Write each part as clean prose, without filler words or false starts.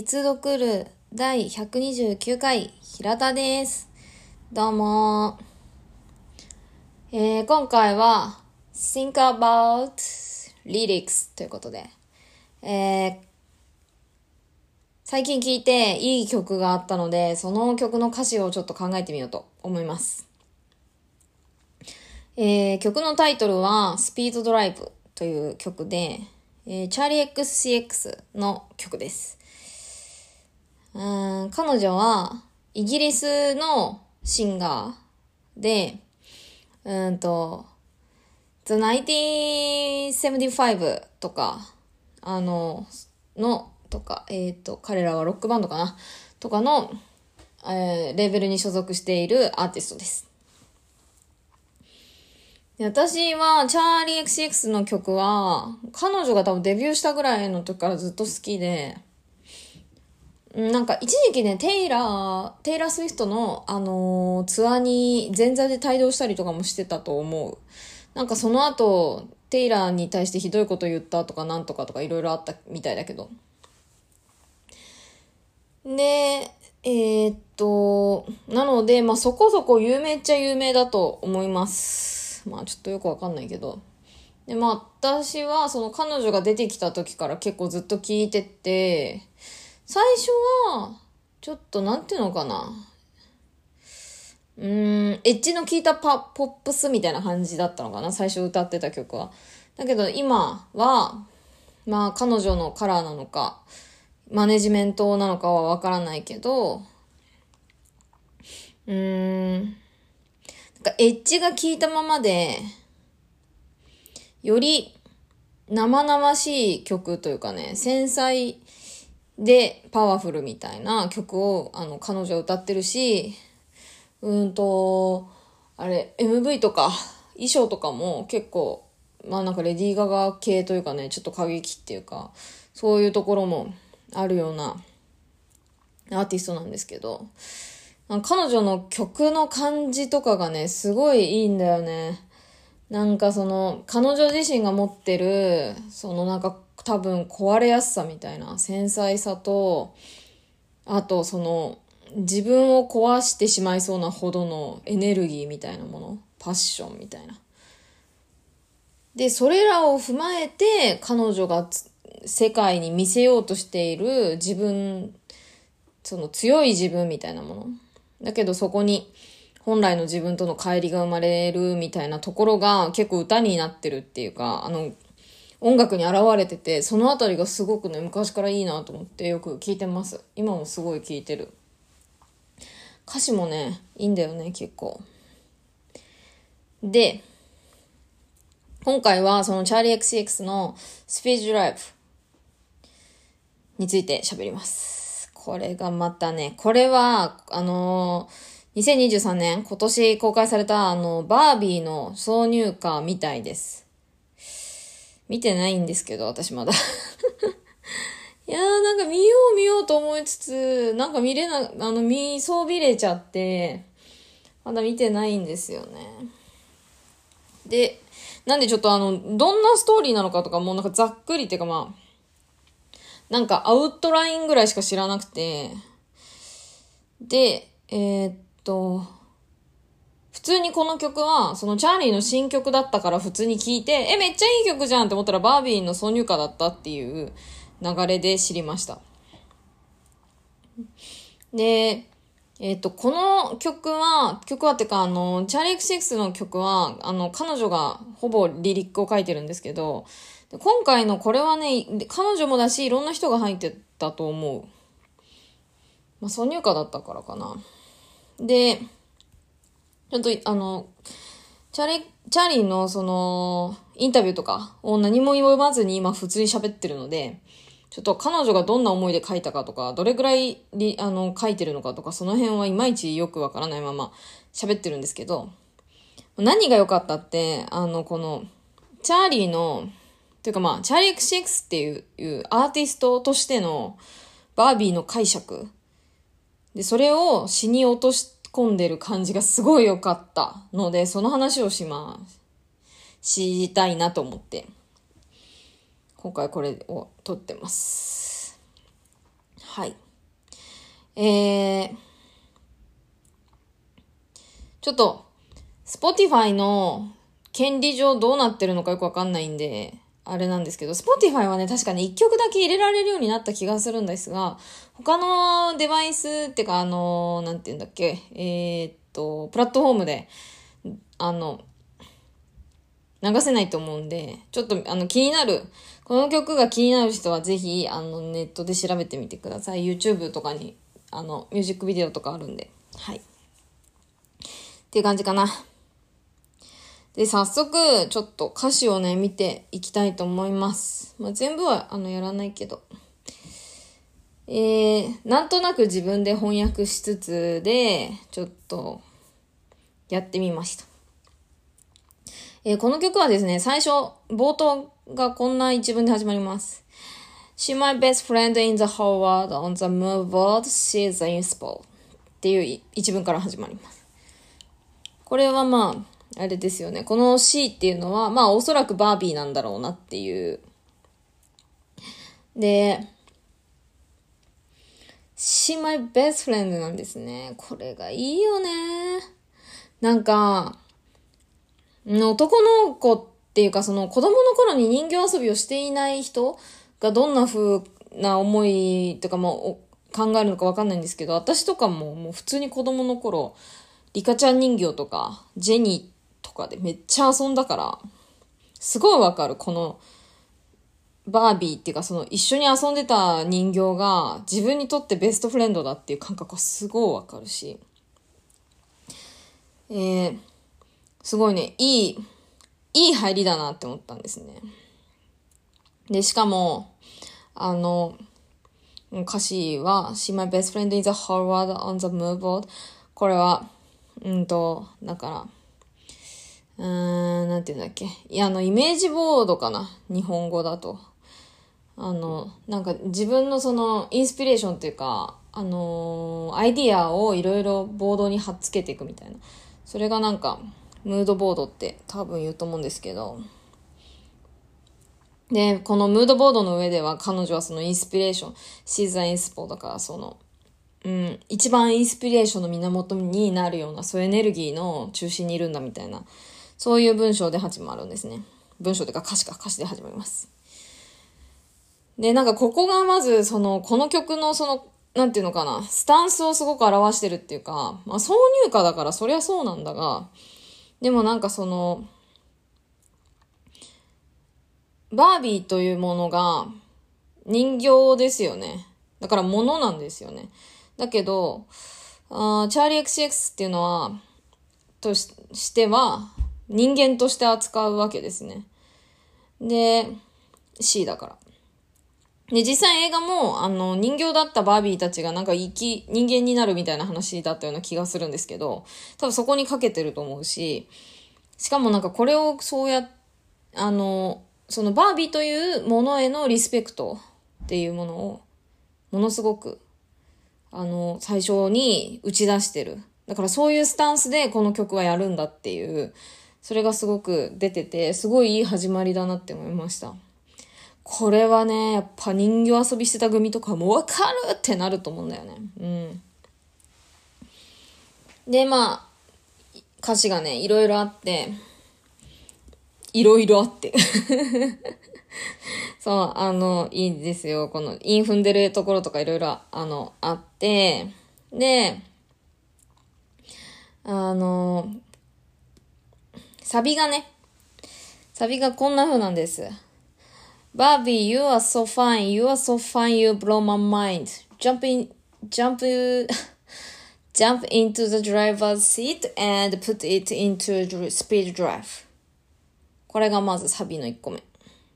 鉄読る第129回平田です。どうも今回は Think about lyrics ということで、最近聴いていい曲があったので、その曲の歌詞をちょっと考えてみようと思います。曲のタイトルはスピードドライブという曲で、チャーリー XCX の曲です。彼女はイギリスのシンガーで、The 1975とか、彼らはロックバンドかなとかの、レーベルに所属しているアーティストです。で、私はチャーリー XCX の曲は、彼女が多分デビューしたぐらいの時からずっと好きで、なんか一時期ね、テイラー・スウィフトの、ツアーに前座で帯同したりとかもしてたと思う。なんかその後、テイラーに対してひどいこと言ったとかなんとかとかいろいろあったみたいだけど。で、なので、そこそこ有名っちゃ有名だと思います。ちょっとよくわかんないけど。で、私はその彼女が出てきた時から結構ずっと聞いてて、最初は、ちょっとなんていうのかな。エッジの効いたポップスみたいな感じだったのかな、最初歌ってた曲は。だけど今は、彼女のカラーなのか、マネジメントなのかはわからないけど、なんかエッジが効いたままで、より生々しい曲というかね、繊細でパワフルみたいな曲を彼女は歌ってるし、MV とか衣装とかも結構なんかレディー・ガガ系というかね、ちょっと過激っていうか、そういうところもあるようなアーティストなんですけど、彼女の曲の感じとかがね、すごいいいんだよね。なんかその彼女自身が持ってるそのなんか多分壊れやすさみたいな繊細さと、あとその自分を壊してしまいそうなほどのエネルギーみたいなもの、パッションみたいな。で、それらを踏まえて彼女が世界に見せようとしている自分、その強い自分みたいなもの。だけどそこに本来の自分との乖離が生まれるみたいなところが結構歌になってるっていうか、音楽に現れてて、そのあたりがすごくね、昔からいいなと思ってよく聴いてます。今もすごい聴いてる。歌詞もね、いいんだよね、結構。で、今回はそのチャーリー XCX のスピーチドライブについて喋ります。これがまたね、これは、2023年、今年公開されたバービーの挿入歌みたいです。見てないんですけど、私まだ。いやなんか見ようと思いつつ、なんか見そびれちゃって、まだ見てないんですよね。で、なんでちょっとどんなストーリーなのかとかもなんかざっくりっていうかなんかアウトラインぐらいしか知らなくて、で、普通にこの曲は、そのチャーリーの新曲だったから普通に聴いて、めっちゃいい曲じゃんって思ったらバービーの挿入歌だったっていう流れで知りました。で、この曲はってかチャーリー XCX の曲は、彼女がほぼリリックを書いてるんですけど、今回のこれはね、彼女もだし、いろんな人が入ってたと思う。挿入歌だったからかな。で、ちょっとチャーリーのその、インタビューとかを何も読まずに今普通に喋ってるので、ちょっと彼女がどんな思いで書いたかとか、どれぐらい書いてるのかとか、その辺はいまいちよくわからないまま喋ってるんですけど、何が良かったって、この、チャーリーの、というかチャーリー XCX っていうアーティストとしてのバービーの解釈で、それを詩に落とし込んでる感じがすごい良かったので、その話を知りたいなと思って、今回これを撮ってます。 はい。ちょっと、Spotify の権利上どうなってるのかよくわかんないんで、あれなんですけど、Spotify はね、確かね、1曲だけ入れられるようになった気がするんですが、他のデバイスっていうか、なんて言うんだっけ、プラットフォームで、流せないと思うんで、ちょっと、気になる、この曲が気になる人はぜひ、ネットで調べてみてください。YouTube とかに、ミュージックビデオとかあるんで。はい。っていう感じかな。で、早速、ちょっと歌詞をね、見ていきたいと思います。まあ、全部は、やらないけど。なんとなく自分で翻訳しつつで、ちょっと、やってみました。この曲はですね、最初、冒頭がこんな一文で始まります。She's my best friend in the whole world, on the move world, she's invincible っていう一文から始まります。これはまあ、あれですよね。この C っていうのは、まあおそらくバービーなんだろうなっていう。で、She's my best friend なんですね。これがいいよね。なんか、男の子っていうかその子供の頃に人形遊びをしていない人がどんな風な思いとかも考えるのかわかんないんですけど、私とかもう普通に子供の頃、リカちゃん人形とか、ジェニーとかでめっちゃ遊んだから、すごいわかる。この、バービーっていうかその一緒に遊んでた人形が自分にとってベストフレンドだっていう感覚はすごいわかるし、すごいね、いい入りだなって思ったんですね。で、しかも、歌詞は、She my best friend in the whole world on the move world。これは、だから、なんていうんだっけ。いや、イメージボードかな。日本語だと。なんか自分のその、インスピレーションっていうか、アイディアをいろいろボードに貼っつけていくみたいな。それがなんか、ムードボードって多分言うと思うんですけど。で、このムードボードの上では彼女はそのインスピレーション、シーザーインスポだからその、一番インスピレーションの源になるような、そういうエネルギーの中心にいるんだみたいな、そういう文章で始まるんですね。文章というか歌詞で始まります。で、なんかここがまず、この曲のなんていうのかな、スタンスをすごく表してるっていうか、まあ挿入歌だからそりゃそうなんだが、でもなんかバービーというものが人形ですよね。だから物なんですよね。だけど、チャーリー XCX っていうのは、しては、人間として扱うわけですね。で、C だから。で、実際映画も、人形だったバービーたちがなんか人間になるみたいな話だったような気がするんですけど、多分そこにかけてると思うし、しかもなんかこれをそうそのバービーというものへのリスペクトっていうものを、ものすごく、最初に打ち出してる。だからそういうスタンスでこの曲はやるんだっていう、それがすごく出てて、すごいいい始まりだなって思いました。これはね、やっぱ人形遊びしてた組とかもわかるってなると思うんだよね。で、まあ、歌詞がね、いろいろあって、そう、いいですよ。この、韻踏んでるところとかいろいろ、あって、で、サビがこんな風なんです。Barbie, you are so fine, you are so fine, you blow my mind. Jump into the driver's seat and put it into speed drive. これがまずサビの1個目。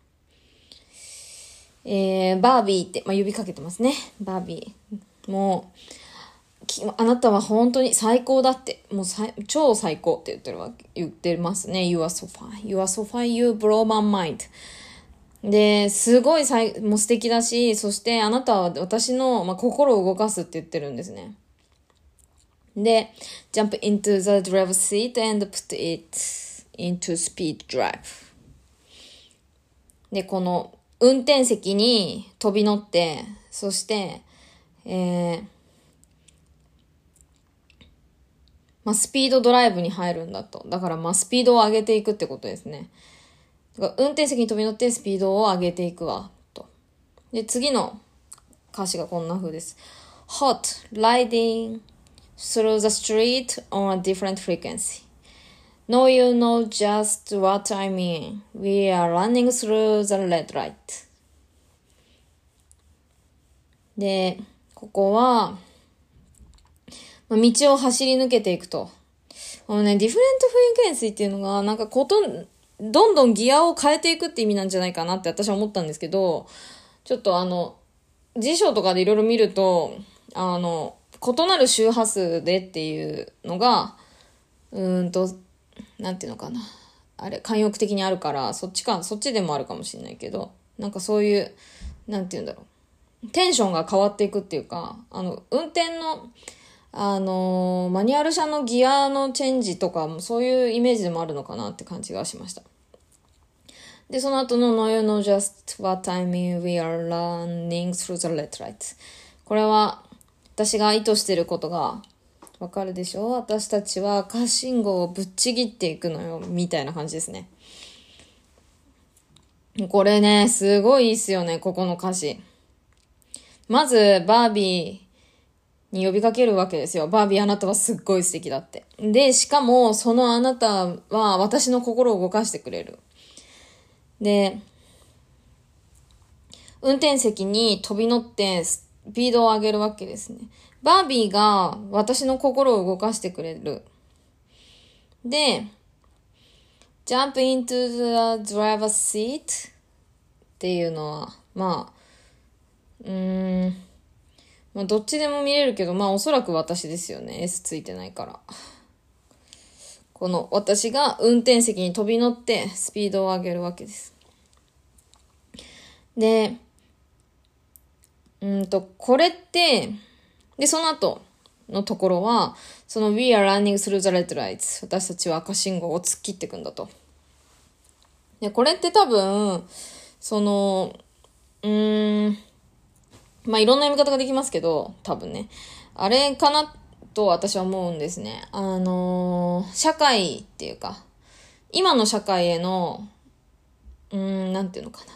バービーって、まあ、呼びかけてますね。バービー。もう、あなたは本当に最高だって。もう超最高って言ってますね。You are so fine. You are so fine. You blow my mind. で、すごいもう素敵だし、そしてあなたは私の、まあ、心を動かすって言ってるんですね。で、jump into the driver's seat and put it into speed drive. で、この運転席に飛び乗って、そして、 スピードドライブに入るんだと。だからスピードを上げていくってことですね。だから運転席に飛び乗ってスピードを上げていくわ、と。で、次の歌詞がこんな風です。Hot, riding through the street on a different frequency.No, you know just what I mean. We are running through the red light. で、ここは、道を走り抜けていくと。このね、ディフレントフリクエンシーっていうのが、どんどんギアを変えていくって意味なんじゃないかなって私は思ったんですけど、ちょっと辞書とかでいろいろ見ると、異なる周波数でっていうのが、なんていうのかな。慣用句的にあるから、そっちでもあるかもしれないけど、そういう、なんていうんだろう。テンションが変わっていくっていうか、運転の、マニュアル車のギアのチェンジとかもそういうイメージでもあるのかなって感じがしました。で、その後の No, you know just what I mean, we are running through the red light. これは、私が意図していることが、わかるでしょ？私たちは赤信号をぶっちぎっていくのよ、みたいな感じですね。これね、すごいいいっすよね、ここの歌詞。まず、バービーに呼びかけるわけですよ。バービーあなたはすっごい素敵だって。で、しかも、そのあなたは私の心を動かしてくれる。で、運転席に飛び乗ってスピードを上げるわけですね。バービーが私の心を動かしてくれる。で、jump into the driver's seat っていうのは、どっちでも見れるけど、おそらく私ですよね。S ついてないから。この私が運転席に飛び乗ってスピードを上げるわけです。で、これって、で、その後のところは、その We are running through the red lights. 私たちは赤信号を突っ切っていくんだと。で、これって多分、いろんな読み方ができますけど、多分ね。あれかなと私は思うんですね。社会っていうか、今の社会への、なんていうのかな。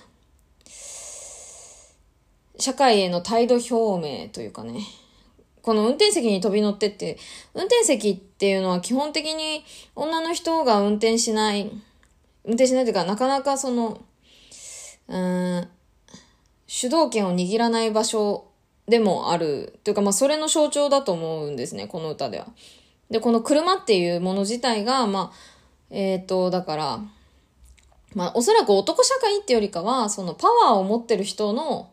社会への態度表明というかね。この運転席に飛び乗ってって、運転席っていうのは基本的に女の人が運転しないというか、なかなか主導権を握らない場所でもある。というか、それの象徴だと思うんですね、この歌では。で、この車っていうもの自体が、だから、おそらく男社会ってよりかは、そのパワーを持ってる人の、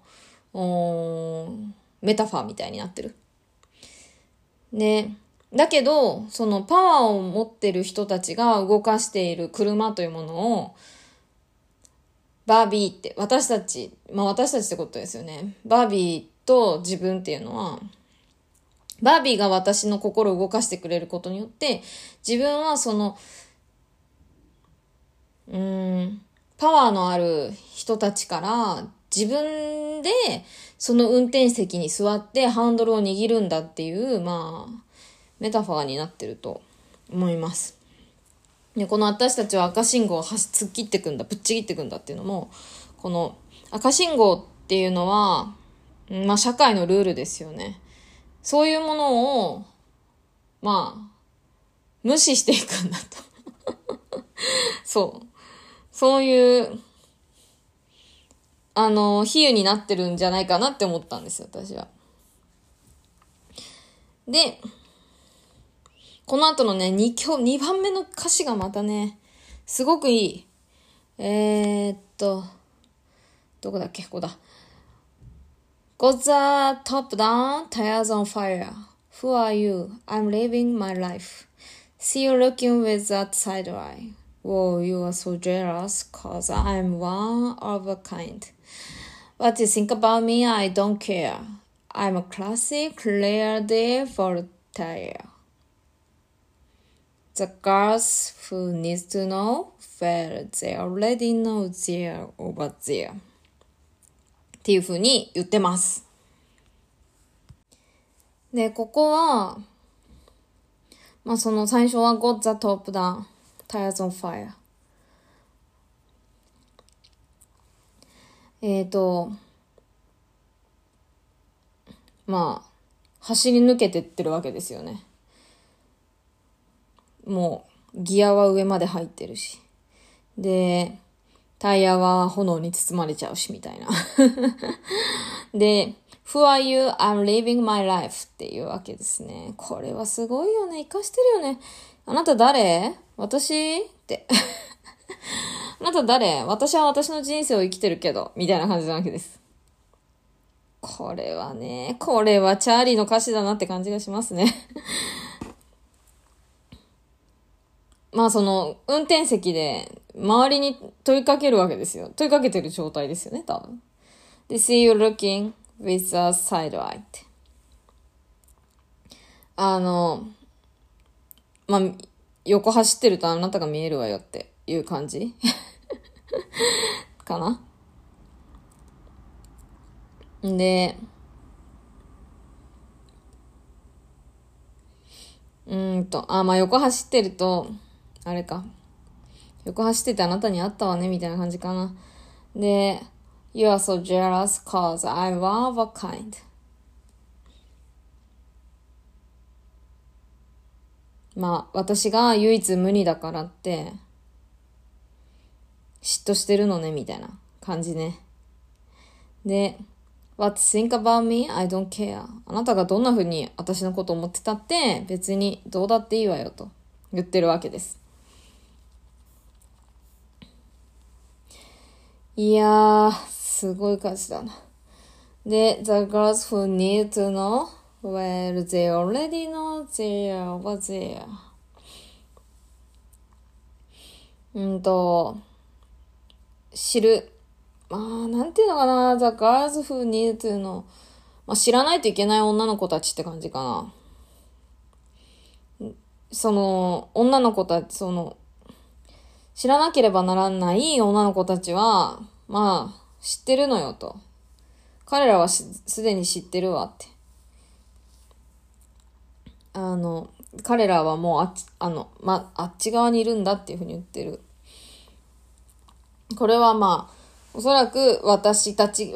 メタファーみたいになってる。で、だけど、そのパワーを持ってる人たちが動かしている車というものを、バービーって、私たちってことですよね。バービーと自分っていうのは、バービーが私の心を動かしてくれることによって、自分はパワーのある人たちから自分でその運転席に座ってハンドルを握るんだっていう、メタファーになってると思います。で、この私たちは赤信号を突っ切ってくんだ、ぶっちぎってくんだっていうのも、この赤信号っていうのは、社会のルールですよね。そういうものを、無視していくんだと。そういう、比喩になってるんじゃないかなって思ったんですよ、私は。で、この後のね、2番目の歌詞がまたね、すごくいい。どこだっけ？ここだ。Got the top down, tires on fire. Who are you? I'm living my life. See you looking with that side eye. Whoa, you are so jealous, cause I'm one of a kind. What you think about me, I don't care. I'm a classic lady Voltaire.The girls who need to know, well, they already know they're over there. っていう風に言ってます。 で、ここは、まあその最初は Got the top down, tires on fire。まあ、走り抜けてってるわけですよね。もう、ギアは上まで入ってるし。で、タイヤは炎に包まれちゃうし、みたいな。で、Who are you? I'm living my life っていうわけですね。これはすごいよね。活かしてるよね。あなた誰？私って。あなた誰？私は私の人生を生きてるけど、みたいな感じなわけです。これはチャーリーの歌詞だなって感じがしますね。まあその、運転席で、周りに問いかけるわけですよ。問いかけてる状態ですよね、多分。で、see you looking with a side eye って。まあ、横走ってるとあなたが見えるわよっていう感じかな。で、まあ横走ってると、あれか。横走っててあなたに会ったわね、みたいな感じかな。で、You are so jealous cause I'm one of a kind. まあ、私が唯一無二だからって、嫉妬してるのね、みたいな感じね。で、What think about me? I don't care. あなたがどんな風に私のことを思ってたって別にどうだっていいわよと言ってるわけです。いやー、すごい歌詞だな。で、The girls who need to know, well, they already know they are was there. 知る。まあ、なんていうのかな。The girls who need to know. まあ、知らないといけない女の子たちって感じかな。その、女の子たち、知らなければならない女の子たちは、まあ、知ってるのよと。彼らはすでに知ってるわって。彼らはもうあっち側にいるんだっていうふうに言ってる。これはまあ、おそらく私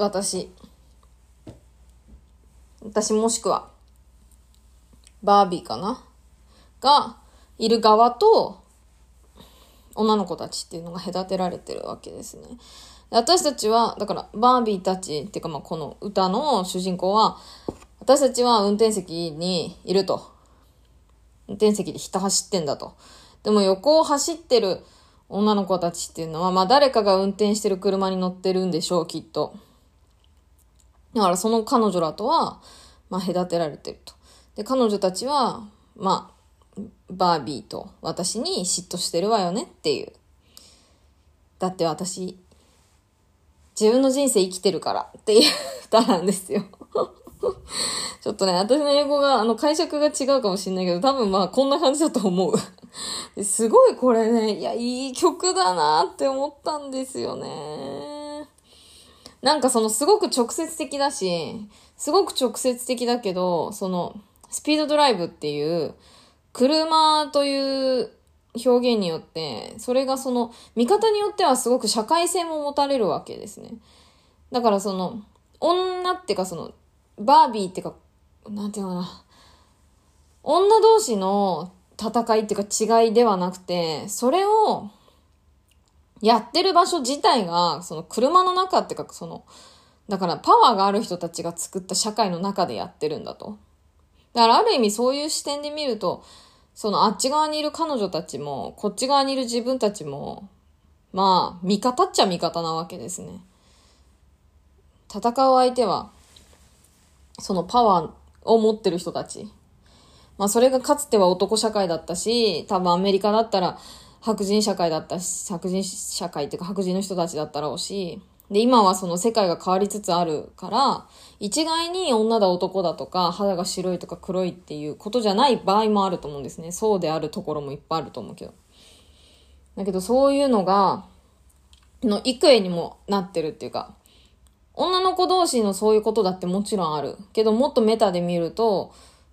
もしくは、バービーかなが、いる側と、女の子たちっていうのが隔てられてるわけですね。私たちは、だからバービーたちっていうかまあこの歌の主人公は、私たちは運転席にいると。運転席で人走ってんだと。でも横を走ってる女の子たちっていうのは、まあ誰かが運転してる車に乗ってるんでしょう、きっと。だからその彼女らとは、まあ隔てられてると。で、彼女たちは、まあ、バービーと私に嫉妬してるわよねっていう。だって私、自分の人生生きてるからっていう歌なんですよ。ちょっとね、私の英語が、解釈が違うかもしれないけど、多分まあこんな感じだと思う。すごいこれね、いや、いい曲だなって思ったんですよね。なんかすごく直接的だし、すごく直接的だけど、スピードドライブっていう、車という表現によって、それが見方によってはすごく社会性も持たれるわけですね。だから女っていうかバービーっていうか、なんていうのかな。女同士の戦いっていうか違いではなくて、それをやってる場所自体が、車の中っていうか、だからパワーがある人たちが作った社会の中でやってるんだと。だからある意味そういう視点で見ると、あっち側にいる彼女たちも、こっち側にいる自分たちも、まあ、味方っちゃ味方なわけですね。戦う相手は、パワーを持ってる人たち。まあそれがかつては男社会だったし、多分アメリカだったら白人社会だったし、白人社会っていうか白人の人たちだったろうし、で今は世界が変わりつつあるから、一概に女だ男だとか肌が白いとか黒いっていうことじゃない場合もあると思うんですね。そうであるところもいっぱいあると思うけど。だけどそういうのが、幾重にもなってるっていうか、女の子同士のそういうことだってもちろんある。けどもっとメタで見ると、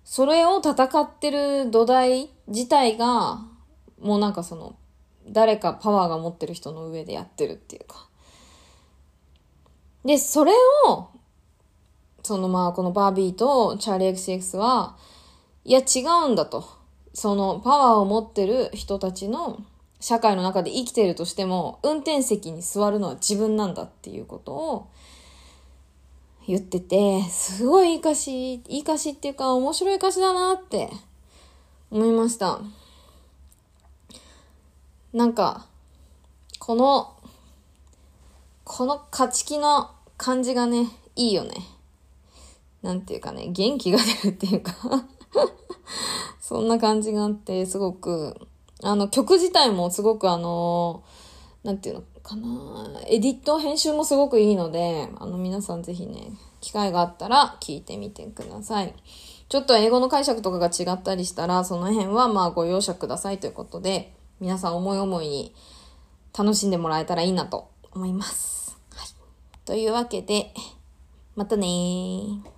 それを戦ってる土台自体が、もうなんか誰かパワーが持ってる人の上でやってるっていうか。で、それを、このバービーとチャーリー XX は、いや違うんだと。そのパワーを持ってる人たちの社会の中で生きているとしても、運転席に座るのは自分なんだっていうことを言ってて、すごいいい歌詞っていうか面白い歌詞だなって思いました。なんか、この勝ち気の感じがね、いいよね。なんていうかね、元気が出るっていうかそんな感じがあって、すごく、曲自体もすごくなんていうのかな、エディット編集もすごくいいので、皆さんぜひね、機会があったら聞いてみてください。ちょっと英語の解釈とかが違ったりしたら、その辺はご容赦くださいということで、皆さん思い思いに楽しんでもらえたらいいなと思います。はい。というわけで、またねー。